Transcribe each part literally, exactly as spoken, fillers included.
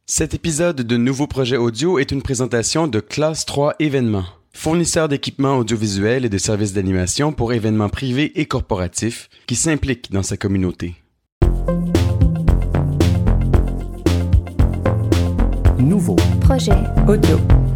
Cet épisode de Nouveau Projet Audio est une présentation de Classe trois Événements, fournisseur d'équipements audiovisuels et de services d'animation pour événements privés et corporatifs qui s'impliquent dans sa communauté. Nouveau Projet Audio.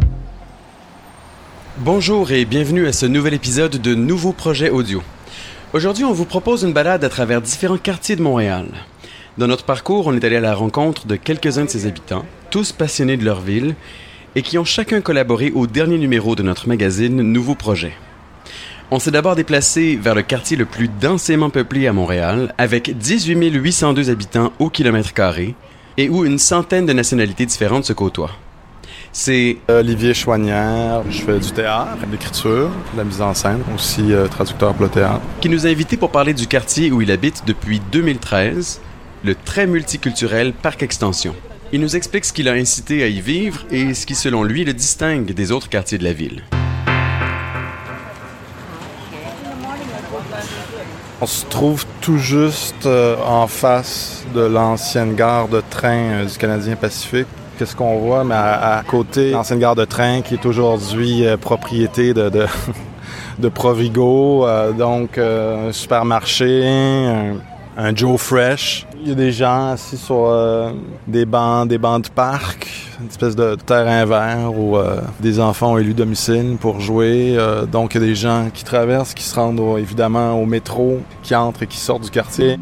Bonjour et bienvenue à ce nouvel épisode de Nouveau Projet Audio. Aujourd'hui, on vous propose une balade à travers différents quartiers de Montréal. Dans notre parcours, on est allé à la rencontre de quelques-uns de ses habitants, tous passionnés de leur ville, et qui ont chacun collaboré au dernier numéro de notre magazine Nouveau Projet. On s'est d'abord déplacé vers le quartier le plus densément peuplé à Montréal, avec dix-huit mille huit cent deux habitants au kilomètre carré, et où une centaine de nationalités différentes se côtoient. C'est Olivier Chouanière, je fais du théâtre, de l'écriture, de la mise en scène, aussi euh, traducteur pour le théâtre. Qui nous a invités pour parler du quartier où il habite depuis deux mille treize, le très multiculturel Parc Extension. Il nous explique ce qui l'a incité à y vivre et ce qui, selon lui, le distingue des autres quartiers de la ville. On se trouve tout juste euh, en face de l'ancienne gare de train euh, du Canadien Pacifique. Qu'est-ce qu'on voit? Mais à, à côté, l'ancienne gare de train qui est aujourd'hui euh, propriété de, de, de Provigo, euh, donc euh, un supermarché, un, un Joe Fresh. Il y a des gens assis sur euh, des bancs, des bancs de parc, une espèce de terrain vert où euh, des enfants ont élu domicile pour jouer. Euh, donc il y a des gens qui traversent, qui se rendent au, évidemment au métro, qui entrent et qui sortent du quartier.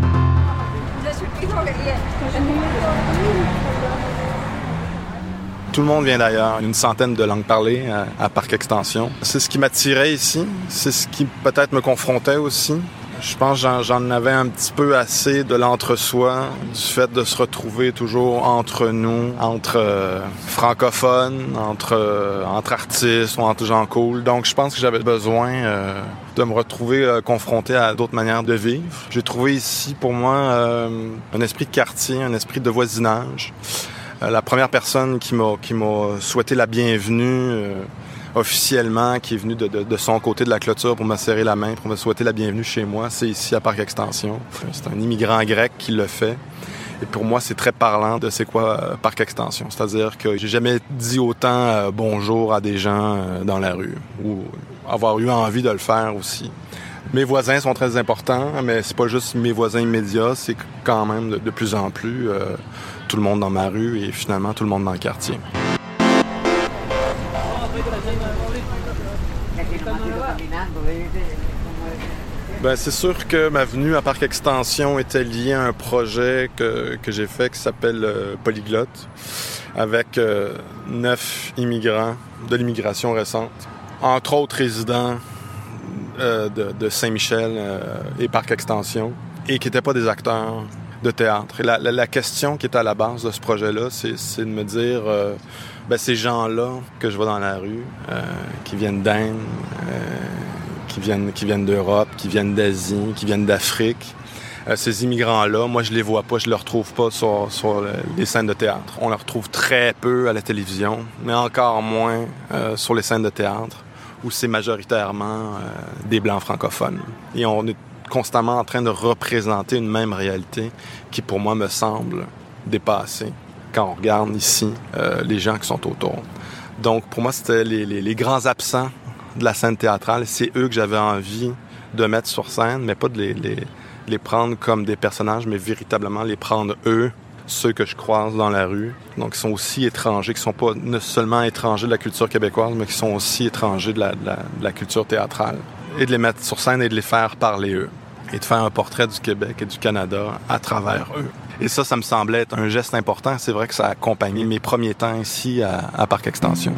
Tout le monde vient d'ailleurs, une centaine de langues parlées à, à Parc Extension. C'est ce qui m'attirait ici, c'est ce qui peut-être me confrontait aussi. Je pense que j'en, j'en avais un petit peu assez de l'entre-soi, du fait de se retrouver toujours entre nous, entre euh, francophones, entre, euh, entre artistes ou entre gens cool. Donc je pense que j'avais besoin euh, de me retrouver euh, confronté à d'autres manières de vivre. J'ai trouvé ici pour moi euh, un esprit de quartier, un esprit de voisinage. Euh, la première personne qui m'a, qui m'a souhaité la bienvenue euh, officiellement, qui est venu de, de, de son côté de la clôture pour me serrer la main, pour me souhaiter la bienvenue chez moi, c'est ici à Parc Extension. C'est un immigrant grec qui le fait. Et pour moi, c'est très parlant de c'est quoi euh, Parc Extension. C'est-à-dire que j'ai jamais dit autant euh, bonjour à des gens euh, dans la rue, ou avoir eu envie de le faire aussi. Mes voisins sont très importants, mais c'est pas juste mes voisins immédiats, c'est quand même de, de plus en plus euh, tout le monde dans ma rue et finalement tout le monde dans le quartier. Ben, c'est sûr que ma venue à Parc Extension était liée à un projet que, que j'ai fait qui s'appelle euh, Polyglotte, avec euh, neuf immigrants de l'immigration récente, entre autres résidents euh, de, de Saint-Michel euh, et Parc Extension, et qui n'étaient pas des acteurs de théâtre. Et la, la, la question qui est à la base de ce projet-là, c'est, c'est de me dire... Euh, ben, ces gens-là que je vois dans la rue, euh, qui viennent d'Inde, euh, qui viennent, qui viennent d'Europe, qui viennent d'Asie, qui viennent d'Afrique, euh, ces immigrants-là, moi, je les vois pas, je les retrouve pas sur, sur les scènes de théâtre. On les retrouve très peu à la télévision, mais encore moins euh, sur les scènes de théâtre, où c'est majoritairement euh, des Blancs francophones. Et on est constamment en train de représenter une même réalité qui, pour moi, me semble dépassée quand on regarde ici euh, les gens qui sont autour. Donc, pour moi, c'était les, les, les grands absents de la scène théâtrale. C'est eux que j'avais envie de mettre sur scène, mais pas de les, les, les prendre comme des personnages, mais véritablement les prendre eux, ceux que je croise dans la rue. Donc, qui sont aussi étrangers, qui sont pas non seulement étrangers de la culture québécoise, mais qui sont aussi étrangers de la, de la, de la culture théâtrale. Et de les mettre sur scène et de les faire parler eux. Et de faire un portrait du Québec et du Canada à travers eux. Et ça, ça me semblait être un geste important. C'est vrai que ça a accompagné mes premiers temps ici à, à Parc Extension.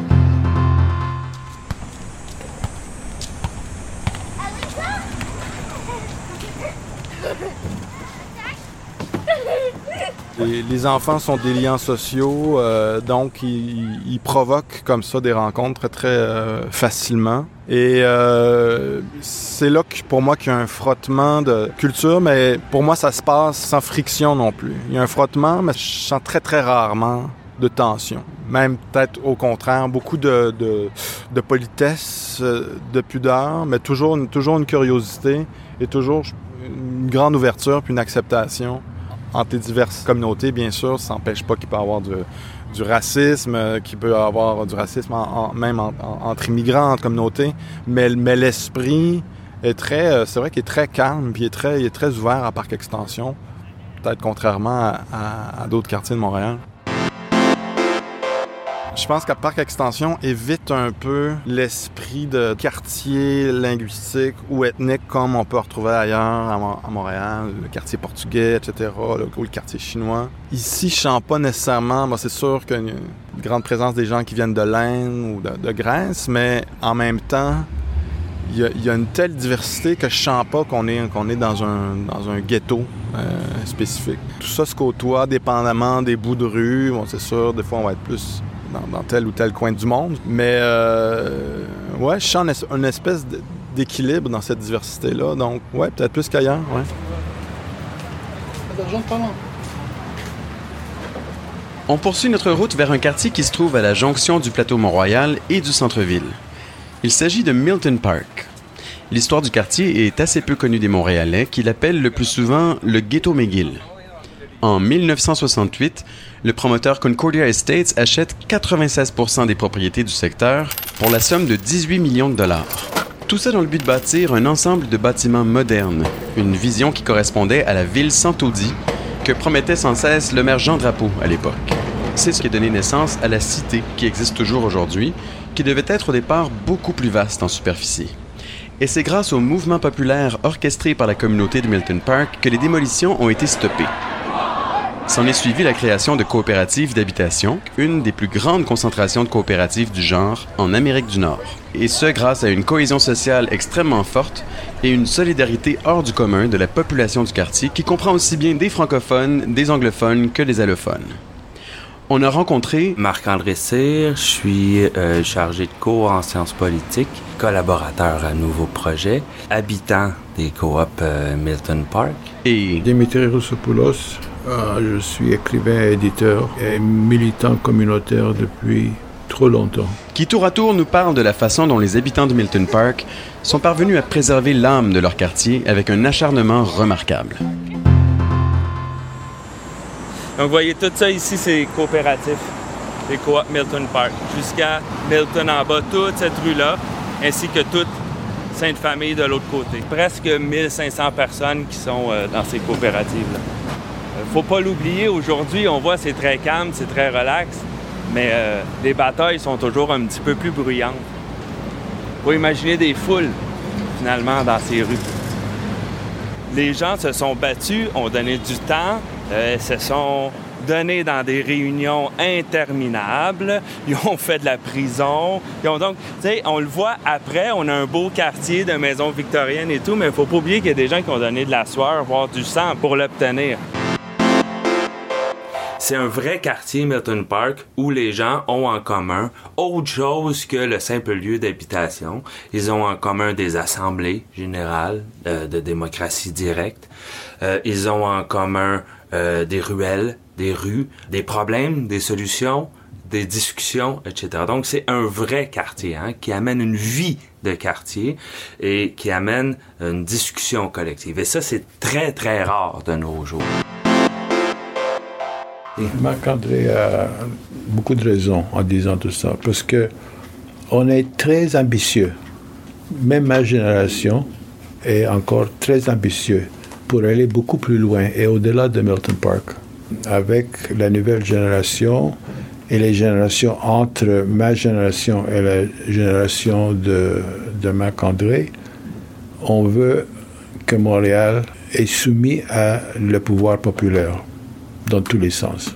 Les, les enfants sont des liens sociaux, euh, donc ils, ils provoquent comme ça des rencontres très, très euh, facilement. Et euh, c'est là que, pour moi qu'il y a un frottement de culture, mais pour moi ça se passe sans friction non plus. Il y a un frottement, mais je sens très très rarement de tension. Même peut-être au contraire, beaucoup de, de, de politesse, de pudeur, mais toujours, toujours une curiosité et toujours une grande ouverture puis une acceptation entre les diverses communautés, bien sûr, ça n'empêche pas qu'il peut y avoir du, du racisme, euh, qu'il peut y avoir du racisme en, en, même en, en, entre immigrants, entre communautés, mais, mais l'esprit est très, euh, c'est vrai qu'il est très calme, puis il est très, il est très ouvert à Parc Extension, peut-être contrairement à, à, à d'autres quartiers de Montréal. Je pense qu'à Parc Extension évite un peu l'esprit de quartier linguistique ou ethnique comme on peut retrouver ailleurs à, Mo- à Montréal, le quartier portugais, et cetera, le, ou le quartier chinois. Ici, je sens pas nécessairement, bon, c'est sûr qu'il y a une grande présence des gens qui viennent de l'Inde ou de, de Grèce, mais en même temps, il y a, il y a une telle diversité que je sens pas qu'on est, qu'on est dans un, dans un ghetto euh, spécifique. Tout ça se côtoie dépendamment des bouts de rue. Bon, c'est sûr, des fois, on va être plus Dans, dans tel ou tel coin du monde. Mais euh, ouais, je sens une espèce d'équilibre dans cette diversité-là. Donc, ouais, peut-être plus qu'ailleurs, ouais. On poursuit notre route vers un quartier qui se trouve à la jonction du plateau Mont-Royal et du centre-ville. Il s'agit de Milton Park. L'histoire du quartier est assez peu connue des Montréalais, qui l'appellent le plus souvent le Ghetto McGill. En mille neuf cent soixante-huit, le promoteur Concordia Estates achète quatre-vingt-seize pour cent des propriétés du secteur pour la somme de dix-huit millions de dollars. Tout ça dans le but de bâtir un ensemble de bâtiments modernes, une vision qui correspondait à la ville sans taudis que promettait sans cesse le maire Jean Drapeau à l'époque. C'est ce qui a donné naissance à la cité qui existe toujours aujourd'hui, qui devait être au départ beaucoup plus vaste en superficie. Et c'est grâce au mouvement populaire orchestré par la communauté de Milton Park que les démolitions ont été stoppées. S'en est suivi la création de coopératives d'habitation, une des plus grandes concentrations de coopératives du genre en Amérique du Nord. Et ce, grâce à une cohésion sociale extrêmement forte et une solidarité hors du commun de la population du quartier qui comprend aussi bien des francophones, des anglophones que des allophones. On a rencontré Marc-André Cyr, je suis euh, chargé de cours en sciences politiques, collaborateur à Nouveau Projet, habitant des coops euh, Milton Park. Et Dimitri Roussopoulos, euh, je suis écrivain, éditeur et militant communautaire depuis trop longtemps. Qui tour à tour nous parle de la façon dont les habitants de Milton Park sont parvenus à préserver l'âme de leur quartier avec un acharnement remarquable. Donc, vous voyez, tout ça ici, c'est coopératif, les coops Milton Park, jusqu'à Milton en bas, toute cette rue-là, ainsi que toute Sainte-Famille de l'autre côté. Presque mille cinq cents personnes qui sont euh, dans ces coopératives-là. Euh, faut pas l'oublier, aujourd'hui, on voit c'est très calme, c'est très relax, mais euh, les batailles sont toujours un petit peu plus bruyantes. Faut imaginer des foules, finalement, dans ces rues. Les gens se sont battus, ont donné du temps, euh, se sont donnés dans des réunions interminables, ils ont fait de la prison, ils ont donc, tu sais, on le voit après, on a un beau quartier de maisons victoriennes et tout, mais il faut pas oublier qu'il y a des gens qui ont donné de la sueur, voire du sang pour l'obtenir. C'est un vrai quartier, Milton Park, où les gens ont en commun autre chose que le simple lieu d'habitation. Ils ont en commun des assemblées générales euh, de démocratie directe. Euh, ils ont en commun euh, des ruelles, des rues, des problèmes, des solutions, des discussions, et cetera. Donc, c'est un vrai quartier hein, qui amène une vie de quartier et qui amène une discussion collective. Et ça, c'est très, très rare de nos jours. Marc-André a beaucoup de raisons en disant tout ça, parce que on est très ambitieux. Même ma génération est encore très ambitieux pour aller beaucoup plus loin et au-delà de Milton Park. Avec la nouvelle génération et les générations entre ma génération et la génération de, de Marc-André, on veut que Montréal est soumis à le pouvoir populaire. Dans tous les sens.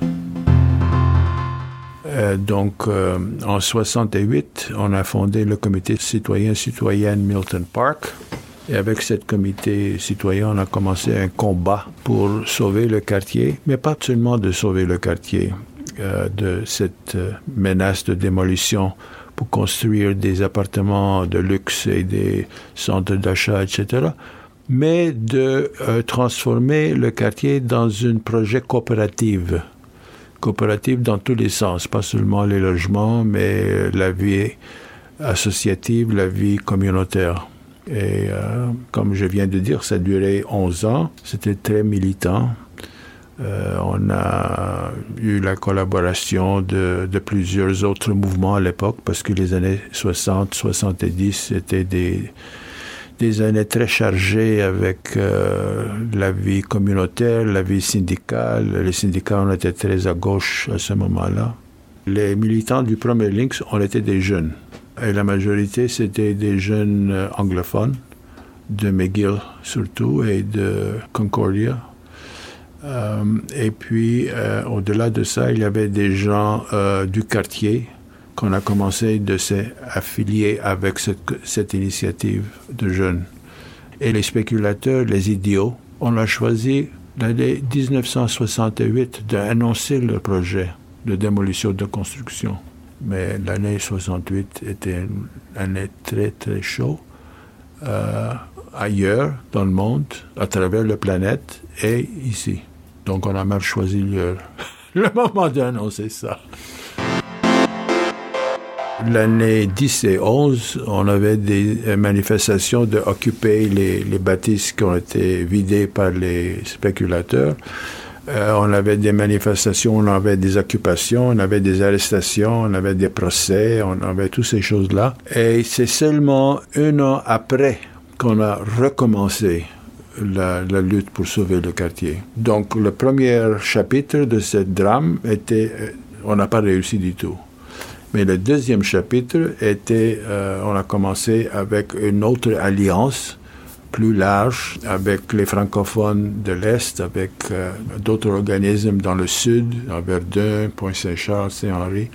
Euh, donc, euh, en soixante-huit, on a fondé le comité citoyen-citoyenne Milton Park. Et avec ce comité citoyen, on a commencé un combat pour sauver le quartier, mais pas seulement de sauver le quartier euh, de cette euh, menace de démolition pour construire des appartements de luxe et des centres d'achat, et cetera, mais de euh, transformer le quartier dans un projet coopératif. Coopératif dans tous les sens, pas seulement les logements, mais la vie associative, la vie communautaire. Et euh, comme je viens de dire, ça a duré onze ans, c'était très militant. Euh, on a eu la collaboration de, de plusieurs autres mouvements à l'époque, parce que les années soixante soixante-dix étaient des, des années très chargées avec euh, la vie communautaire, la vie syndicale. Les syndicats, on était très à gauche à ce moment-là. Les militants du Premier Links, on était des jeunes. Et la majorité, c'était des jeunes anglophones, de McGill surtout, et de Concordia. Euh, et puis, euh, au-delà de ça, il y avait des gens euh, du quartier qu'on a commencé de s'affilier avec cette, cette initiative de jeunes. Et les spéculateurs, les idiots, on a choisi l'année dix-neuf cent soixante-huit d'annoncer le projet de démolition de construction. Mais l'année soixante-huit était une année très, très chaude euh, ailleurs dans le monde, à travers la planète et ici. Donc, on a mal choisi le, le moment d'annoncer ça. L'année dix et onze, on avait des manifestations d'occuper les, les bâtisses qui ont été vidées par les spéculateurs. Euh, on avait des manifestations, on avait des occupations, on avait des arrestations, on avait des procès, on avait toutes ces choses-là. Et c'est seulement un an après qu'on a recommencé La, la lutte pour sauver le quartier. Donc, le premier chapitre de ce drame était... On n'a pas réussi du tout. Mais le deuxième chapitre était... Euh, on a commencé avec une autre alliance plus large, avec les francophones de l'Est, avec euh, d'autres organismes dans le Sud, à Verdun, Pointe-Saint-Charles, Saint-Henri,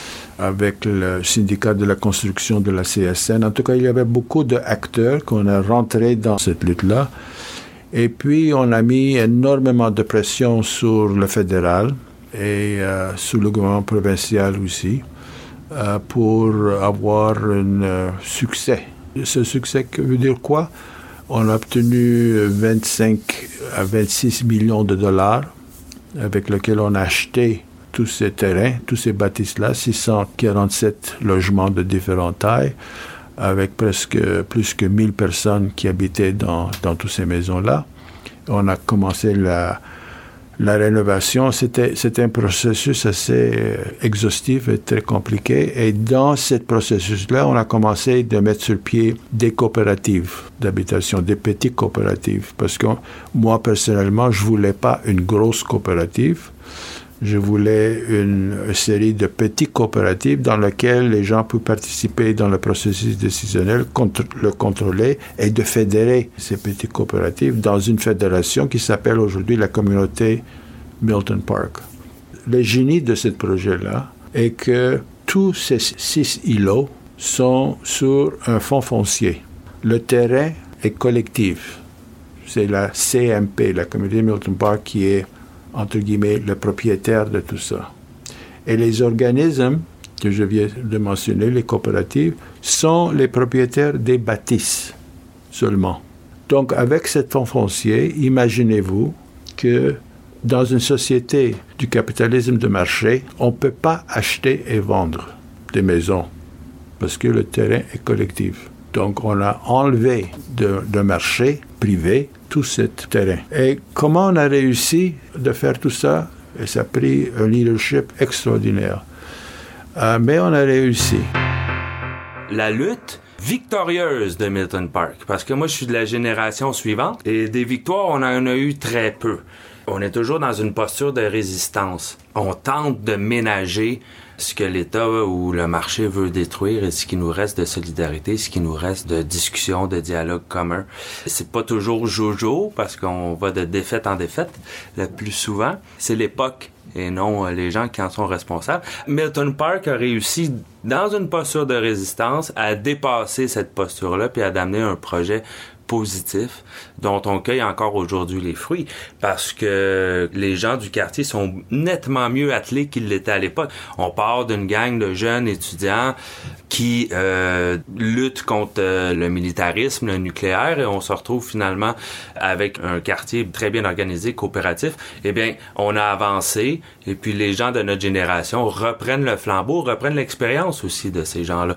avec le syndicat de la construction de la C S N. En tout cas, il y avait beaucoup d'acteurs qu'on a rentrés dans cette lutte-là. Et puis, on a mis énormément de pression sur le fédéral et euh, sur le gouvernement provincial aussi euh, pour avoir un euh, succès. Ce succès veut dire quoi? On a obtenu vingt-cinq à vingt-six millions de dollars avec lesquels on a acheté tous ces terrains, tous ces bâtisses-là, six cent quarante-sept logements de différentes tailles, avec presque plus que mille personnes qui habitaient dans, dans toutes ces maisons-là. On a commencé la, la rénovation. C'était, c'était un processus assez exhaustif et très compliqué. Et dans ce processus-là, on a commencé de mettre sur pied des coopératives d'habitation, des petites coopératives. Parce que moi, personnellement, je ne voulais pas une grosse coopérative. Je voulais une, une série de petites coopératives dans lesquelles les gens peuvent participer dans le processus décisionnel, contre, le contrôler et de fédérer ces petites coopératives dans une fédération qui s'appelle aujourd'hui la communauté Milton Park. Le génie de ce projet-là est que tous ces six îlots sont sur un fonds foncier. Le terrain est collectif. C'est la C M P, la communauté Milton Park, qui est entre guillemets, le propriétaire de tout ça. Et les organismes que je viens de mentionner, les coopératives, sont les propriétaires des bâtisses seulement. Donc, avec cet fonds foncier, imaginez-vous que dans une société du capitalisme de marché, on ne peut pas acheter et vendre des maisons parce que le terrain est collectif. Donc, on a enlevé de, de marché privé tout ce terrain. Et comment on a réussi de faire tout ça? Et ça a pris un leadership extraordinaire. Euh, mais on a réussi. La lutte victorieuse de Milton Park, parce que moi, je suis de la génération suivante, et des victoires, on en a eu très peu. On est toujours dans une posture de résistance. On tente de ménager ce que l'État ou le marché veut détruire et ce qui nous reste de solidarité, ce qui nous reste de discussion, de dialogue commun. C'est pas toujours jojo parce qu'on va de défaite en défaite. Le plus souvent, c'est l'époque et non les gens qui en sont responsables. Milton Park a réussi, dans une posture de résistance, à dépasser cette posture-là puis à d'amener un projet positif dont on cueille encore aujourd'hui les fruits parce que les gens du quartier sont nettement mieux attelés qu'ils l'étaient à l'époque. On part d'une gang de jeunes étudiants qui euh, luttent contre euh, le militarisme, le nucléaire et on se retrouve finalement avec un quartier très bien organisé, coopératif. Eh bien, on a avancé et puis les gens de notre génération reprennent le flambeau, reprennent l'expérience aussi de ces gens-là.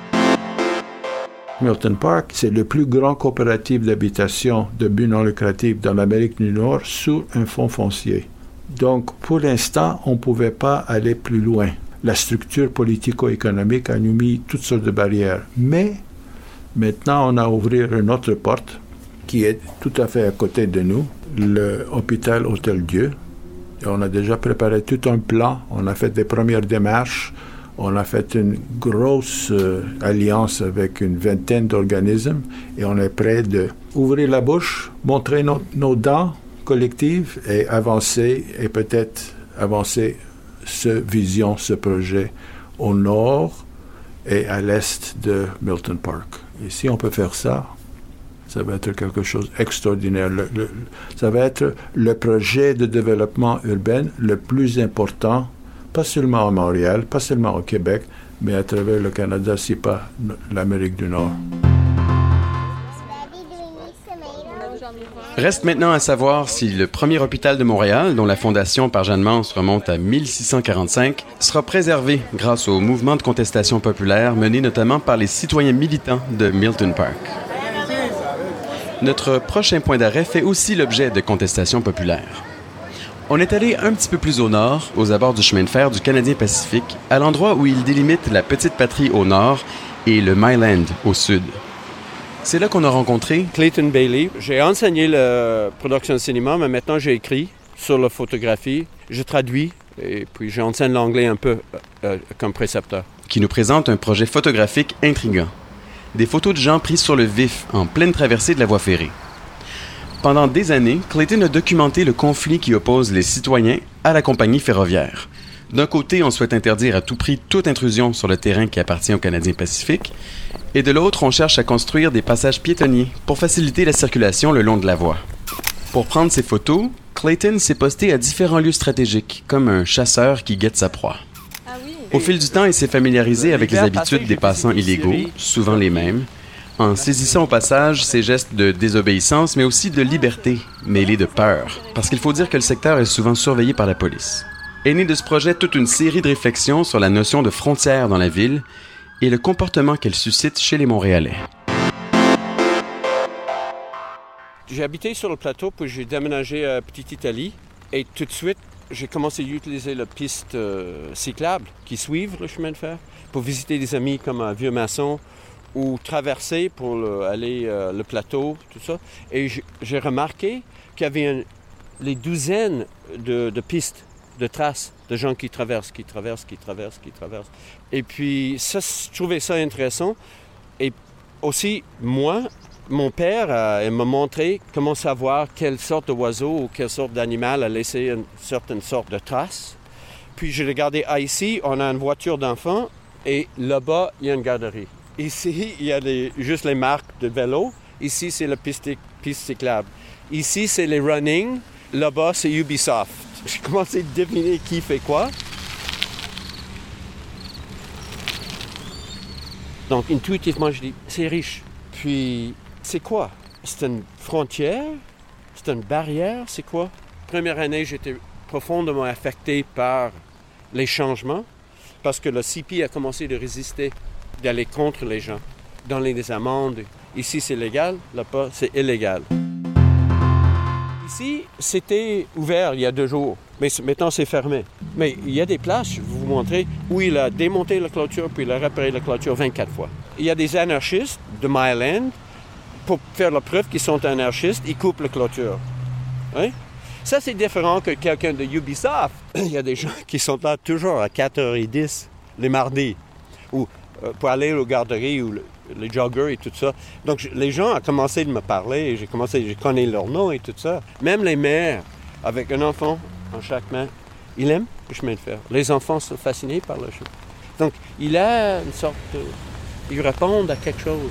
Milton Park, c'est le plus grand coopérative d'habitation de but non lucratif dans l'Amérique du Nord sous un fonds foncier. Donc, pour l'instant, on ne pouvait pas aller plus loin. La structure politico-économique a nous mis toutes sortes de barrières. Mais maintenant, on a ouvert une autre porte qui est tout à fait à côté de nous, l'hôpital Hôtel-Dieu. Et on a déjà préparé tout un plan, on a fait des premières démarches, on a fait une grosse euh, alliance avec une vingtaine d'organismes et on est prêt d'ouvrir la bouche, montrer nos, nos dents collectives et avancer, et peut-être avancer cette vision, ce projet au nord et à l'est de Milton Park. Et si on peut faire ça, ça va être quelque chose d'extraordinaire. Le, le, ça va être le projet de développement urbain le plus important, pas seulement à Montréal, pas seulement au Québec, mais à travers le Canada, si pas l'Amérique du Nord. Reste maintenant à savoir si le premier hôpital de Montréal, dont la fondation par Jeanne Mance remonte à mille six cent quarante-cinq, sera préservé grâce au mouvement de contestation populaire mené notamment par les citoyens militants de Milton Park. Notre prochain point d'arrêt fait aussi l'objet de contestations populaires. On est allé un petit peu plus au nord, aux abords du chemin de fer du Canadien Pacifique, à l'endroit où il délimite la Petite Patrie au nord et le Myland au sud. C'est là qu'on a rencontré Clayton Bailey. J'ai enseigné la production de cinéma, mais maintenant j'ai écrit sur la photographie, je traduis et puis j'enseigne l'anglais un peu euh, comme précepteur. Qui nous présente un projet photographique intriguant. Des photos de gens pris sur le vif en pleine traversée de la voie ferrée. Pendant des années, Clayton a documenté le conflit qui oppose les citoyens à la compagnie ferroviaire. D'un côté, on souhaite interdire à tout prix toute intrusion sur le terrain qui appartient au Canadien Pacifique, et de l'autre, on cherche à construire des passages piétonniers pour faciliter la circulation le long de la voie. Pour prendre ces photos, Clayton s'est posté à différents lieux stratégiques, comme un chasseur qui guette sa proie. Au fil du temps, il s'est familiarisé avec les habitudes des passants illégaux, souvent les mêmes, en saisissant au passage ses gestes de désobéissance, mais aussi de liberté, mêlés de peur, parce qu'il faut dire que le secteur est souvent surveillé par la police. Est née de ce projet toute une série de réflexions sur la notion de frontière dans la ville et le comportement qu'elle suscite chez les Montréalais. J'ai habité sur le plateau, puis j'ai déménagé à Petite-Italie, et tout de suite, j'ai commencé à utiliser la piste euh, cyclable qui suivent le chemin de fer pour visiter des amis comme un vieux maçon ou traverser pour le, aller euh, le plateau, tout ça. Et j'ai, j'ai remarqué qu'il y avait une, les douzaines de, de pistes, de traces de gens qui traversent, qui traversent, qui traversent, qui traversent. Et puis, ça, je trouvais ça intéressant. Et aussi, moi, mon père euh, m'a montré comment savoir quelle sorte d'oiseau ou quelle sorte d'animal a laissé une certaine sorte de trace. Puis j'ai regardé, ah, ici, on a une voiture d'enfant et là-bas, il y a une garderie. Ici, il y a les, juste les marques de vélo. Ici, c'est la piste, piste cyclable. Ici, c'est les running. Là-bas, c'est Ubisoft. J'ai commencé à deviner qui fait quoi. Donc, intuitivement, je dis, c'est riche. Puis, c'est quoi? C'est une frontière? C'est une barrière? C'est quoi? Première année, j'étais profondément affecté par les changements parce que le C P a commencé de résister, d'aller contre les gens, donner des amendes. Ici, c'est légal, là-bas, c'est illégal. Ici, c'était ouvert il y a deux jours, mais maintenant, c'est fermé. Mais il y a des places, je vais vous montrer, où il a démonté la clôture puis il a réparé la clôture vingt-quatre fois. Il y a des anarchistes de Myland, pour faire la preuve qu'ils sont anarchistes, ils coupent la clôture. Hein? Ça, c'est différent que quelqu'un de Ubisoft. Il y a des gens qui sont là toujours à quatre heures dix, les mardis, ou euh, pour aller aux garderies ou le, les joggers et tout ça. Donc, je, les gens ont commencé de me parler et j'ai commencé, je connais leur nom et tout ça. Même les mères, avec un enfant en chaque main, ils aiment le chemin de fer. Les enfants sont fascinés par le chemin. Donc, il a une sorte de... Ils répondent à quelque chose.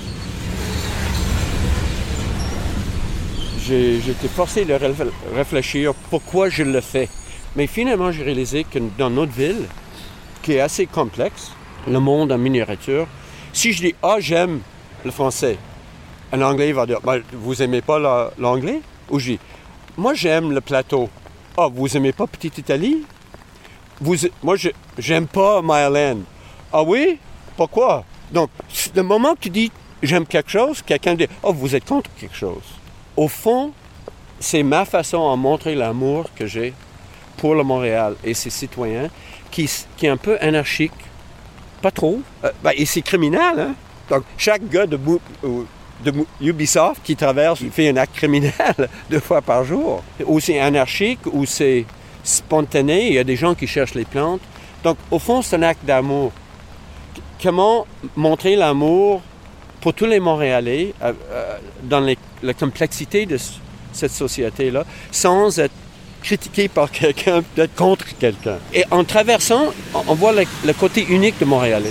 J'ai, j'ai été forcé de réfléchir pourquoi je le fais. Mais finalement, j'ai réalisé que dans notre ville, qui est assez complexe, le monde en miniature, si je dis « Ah, j'aime le français », un Anglais va dire bah, « Vous aimez pas la, l'anglais ?» Ou je dis « Moi, j'aime le plateau. Ah, vous aimez pas Petite-Italie? Vous, moi, je, j'aime pas Myland. Ah oui? Pourquoi? » Donc, le moment que tu dis « J'aime quelque chose », quelqu'un dit « Oh, vous êtes contre quelque chose. » Au fond, c'est ma façon de montrer l'amour que j'ai pour le Montréal et ses citoyens qui, qui est un peu anarchique, pas trop. Euh, ben, et c'est criminel, hein? Donc, chaque gars de, de Ubisoft qui traverse, il fait un acte criminel deux fois par jour. Ou c'est anarchique, ou c'est spontané, il y a des gens qui cherchent les plantes. Donc, au fond, c'est un acte d'amour. Comment montrer l'amour pour tous les Montréalais euh, euh, dans les, la complexité de cette société-là, sans être critiqué par quelqu'un, d'être contre quelqu'un. Et en traversant, on voit le, le côté unique de Montréalais.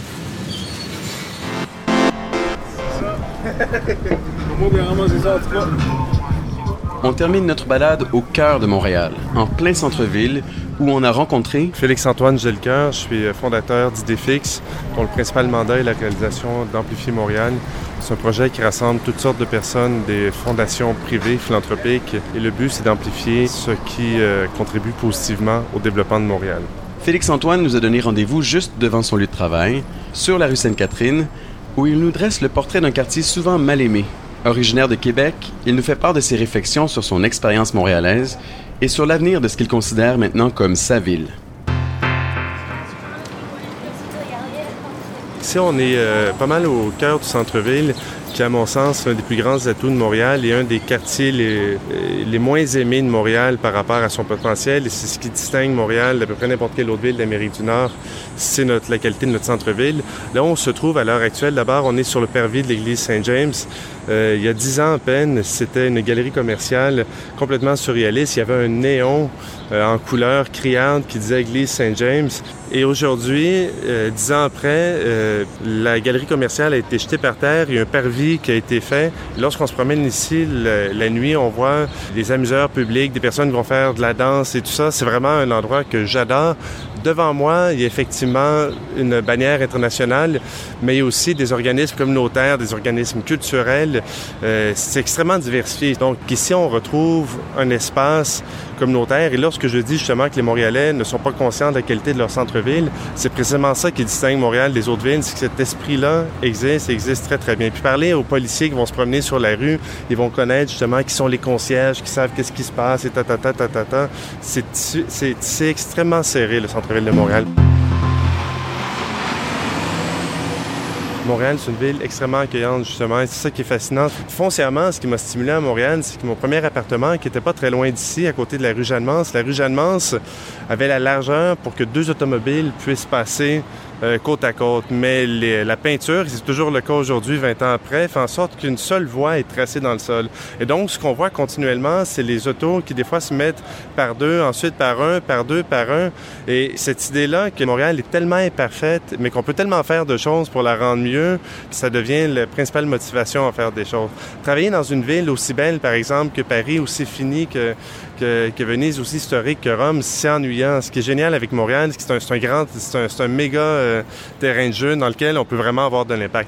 On termine notre balade au cœur de Montréal, en plein centre-ville, où on a rencontré Félix-Antoine Gelcoeur. Je suis fondateur d'Idéfix, dont le principal mandat est la réalisation d'Amplifier Montréal. C'est un projet qui rassemble toutes sortes de personnes, des fondations privées, philanthropiques, et le but, c'est d'amplifier ce qui euh, contribue positivement au développement de Montréal. Félix-Antoine nous a donné rendez-vous juste devant son lieu de travail, sur la rue Sainte-Catherine, où il nous dresse le portrait d'un quartier souvent mal aimé. Originaire de Québec, il nous fait part de ses réflexions sur son expérience montréalaise et sur l'avenir de ce qu'il considère maintenant comme sa ville. Ici, on est euh, pas mal au cœur du centre-ville, qui, à mon sens, est un des plus grands atouts de Montréal et un des quartiers les, les moins aimés de Montréal par rapport à son potentiel. Et c'est ce qui distingue Montréal d'à peu près n'importe quelle autre ville d'Amérique du Nord, c'est notre, la qualité de notre centre-ville. Là où on se trouve à l'heure actuelle, d'abord, on est sur le parvis de l'église Saint-James. Euh, il y a dix ans à peine, c'était une galerie commerciale complètement surréaliste. Il y avait un néon euh, en couleur criarde qui disait église Saint-James. Et aujourd'hui, euh, dix ans après, euh, la galerie commerciale a été jetée par terre. Il y a un parvis qui a été fait. Lorsqu'on se promène ici le, la nuit, on voit des amuseurs publics, des personnes qui vont faire de la danse et tout ça. C'est vraiment un endroit que j'adore. Devant moi, il y a effectivement une bannière internationale, mais il y a aussi des organismes communautaires, des organismes culturels. Euh, c'est extrêmement diversifié. Donc ici, on retrouve un espace communautaire. Et lorsque je dis justement que les Montréalais ne sont pas conscients de la qualité de leur centre-ville, c'est précisément ça qui distingue Montréal des autres villes, c'est que cet esprit-là existe et existe très, très bien. Puis parler aux policiers qui vont se promener sur la rue, ils vont connaître justement qui sont les concierges, qui savent qu'est-ce qui se passe, et ta, ta, ta, ta, ta, ta. C'est, c'est, c'est extrêmement serré, le centre-ville de Montréal. Montréal, c'est une ville extrêmement accueillante, justement, et c'est ça qui est fascinant. Foncièrement, ce qui m'a stimulé à Montréal, c'est que mon premier appartement, qui n'était pas très loin d'ici, à côté de la rue Jeanne-Mance, la rue Jeanne-Mance avait la largeur pour que deux automobiles puissent passer euh, côte à côte. Mais les, la peinture, c'est toujours le cas aujourd'hui, vingt ans après, fait en sorte qu'une seule voie est tracée dans le sol. Et donc, ce qu'on voit continuellement, c'est les autos qui, des fois, se mettent par deux, ensuite par un, par deux, par un. Et cette idée-là que Montréal est tellement imparfaite, mais qu'on peut tellement faire de choses pour la rendre mieux, ça devient la principale motivation à faire des choses. Travailler dans une ville aussi belle, par exemple, que Paris, aussi finie que, que, que Venise, aussi historique que Rome, c'est ennuyant. Ce qui est génial avec Montréal, c'est que c'est un, c'est un grand, c'est un, c'est un méga euh, terrain de jeu dans lequel on peut vraiment avoir de l'impact.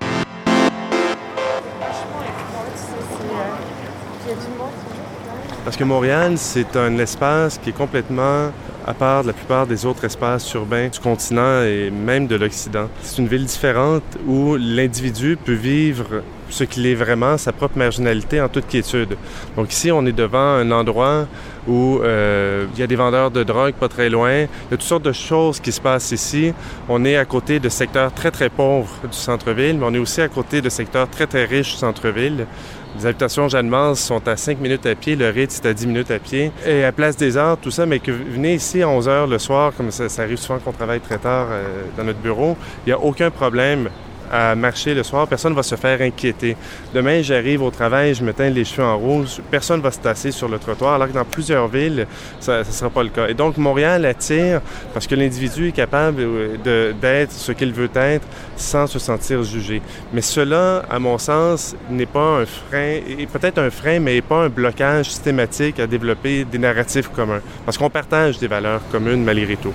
Parce que Montréal, c'est un espace qui est complètement à part de la plupart des autres espaces urbains du continent et même de l'Occident. C'est une ville différente où l'individu peut vivre ce qu'il est vraiment, sa propre marginalité en toute quiétude. Donc ici, on est devant un endroit où euh, il y a des vendeurs de drogue pas très loin. Il y a toutes sortes de choses qui se passent ici. On est à côté de secteurs très, très pauvres du centre-ville, mais on est aussi à côté de secteurs très, très riches du centre-ville. Les habitations Jeanne-Mance sont à cinq minutes à pied, le Ritz est à dix minutes à pied. Et à Place des Arts, tout ça, mais que venez ici à onze heures le soir, comme ça, ça arrive souvent qu'on travaille très tard euh, dans notre bureau, il n'y a aucun problème à marcher le soir, personne ne va se faire inquiéter. Demain, j'arrive au travail, je me teins les cheveux en rouge, personne ne va se tasser sur le trottoir, alors que dans plusieurs villes, ça ne sera pas le cas. Et donc, Montréal attire parce que l'individu est capable de, d'être ce qu'il veut être sans se sentir jugé. Mais cela, à mon sens, n'est pas un frein, et peut-être un frein, mais pas un blocage systématique à développer des narratifs communs. Parce qu'on partage des valeurs communes malgré tout.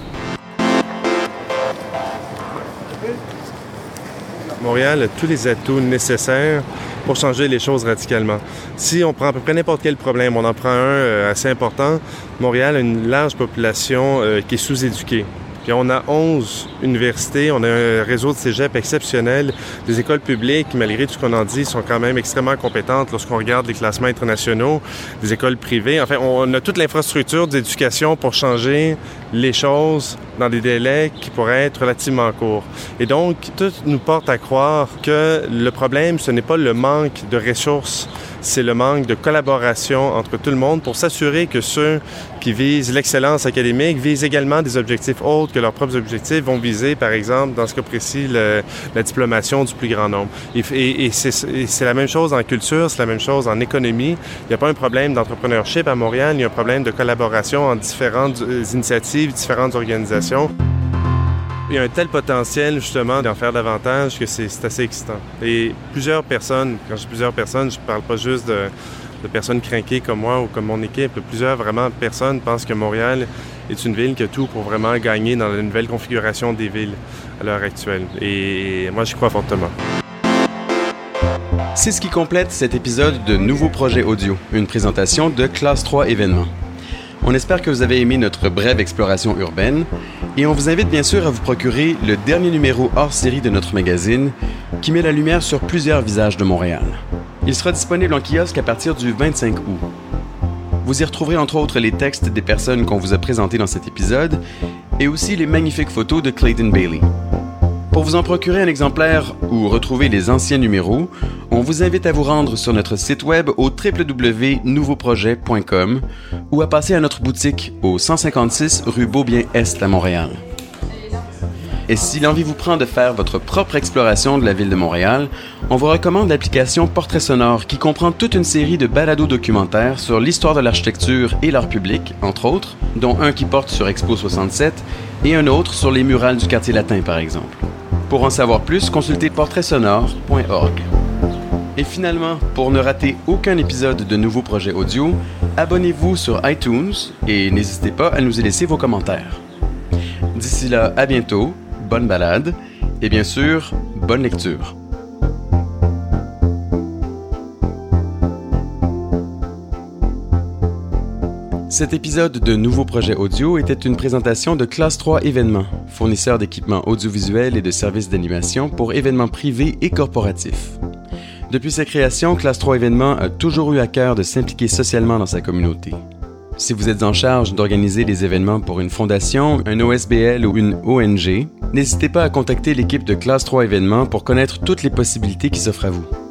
Montréal a tous les atouts nécessaires pour changer les choses radicalement. Si on prend à peu près n'importe quel problème, on en prend un euh, assez important, Montréal a une large population euh, qui est sous-éduquée. Puis on a onze universités, on a un réseau de cégep exceptionnel, des écoles publiques, malgré tout ce qu'on en dit, sont quand même extrêmement compétentes lorsqu'on regarde les classements internationaux, des écoles privées. Enfin, on a toute l'infrastructure d'éducation pour changer les choses dans des délais qui pourraient être relativement courts. Et donc, tout nous porte à croire que le problème, ce n'est pas le manque de ressources, c'est le manque de collaboration entre tout le monde pour s'assurer que ceux qui visent l'excellence académique visent également des objectifs autres que leurs propres objectifs vont viser, par exemple, dans ce cas précis, le, la diplomation du plus grand nombre. Et, et, et, c'est, et c'est la même chose en culture, c'est la même chose en économie. Il n'y a pas un problème d'entrepreneurship à Montréal, il y a un problème de collaboration entre différentes initiatives, différentes organisations. Il y a un tel potentiel, justement, d'en faire davantage que c'est, c'est assez excitant. Et plusieurs personnes, quand je dis plusieurs personnes, je ne parle pas juste de, de personnes crinquées comme moi ou comme mon équipe. Plusieurs, vraiment, personnes pensent que Montréal est une ville qui a tout pour vraiment gagner dans la nouvelle configuration des villes à l'heure actuelle. Et moi, j'y crois fortement. C'est ce qui complète cet épisode de Nouveaux projets audio, une présentation de Classe trois événements. On espère que vous avez aimé notre brève exploration urbaine et on vous invite bien sûr à vous procurer le dernier numéro hors série de notre magazine qui met la lumière sur plusieurs visages de Montréal. Il sera disponible en kiosque à partir du vingt-cinq août. Vous y retrouverez entre autres les textes des personnes qu'on vous a présentées dans cet épisode et aussi les magnifiques photos de Clayton Bailey. Pour vous en procurer un exemplaire ou retrouver les anciens numéros, on vous invite à vous rendre sur notre site web au w w w point nouveau projet point com ou à passer à notre boutique au cent cinquante-six rue Beaubien-Est à Montréal. Et si l'envie vous prend de faire votre propre exploration de la ville de Montréal, on vous recommande l'application Portrait sonore qui comprend toute une série de balados documentaires sur l'histoire de l'architecture et l'art public, entre autres, dont un qui porte sur Expo soixante-sept et un autre sur les murales du quartier latin par exemple. Pour en savoir plus, consultez portrait sonore point org. Et finalement, pour ne rater aucun épisode de Nouveaux projets audio, abonnez-vous sur iTunes et n'hésitez pas à nous y laisser vos commentaires. D'ici là, à bientôt, bonne balade et bien sûr, bonne lecture. Cet épisode de Nouveaux projets audio était une présentation de Classe trois événements, fournisseur d'équipements audiovisuels et de services d'animation pour événements privés et corporatifs. Depuis sa création, Classe trois événements a toujours eu à cœur de s'impliquer socialement dans sa communauté. Si vous êtes en charge d'organiser des événements pour une fondation, un O S B L ou une O N G, n'hésitez pas à contacter l'équipe de Classe trois événements pour connaître toutes les possibilités qui s'offrent à vous.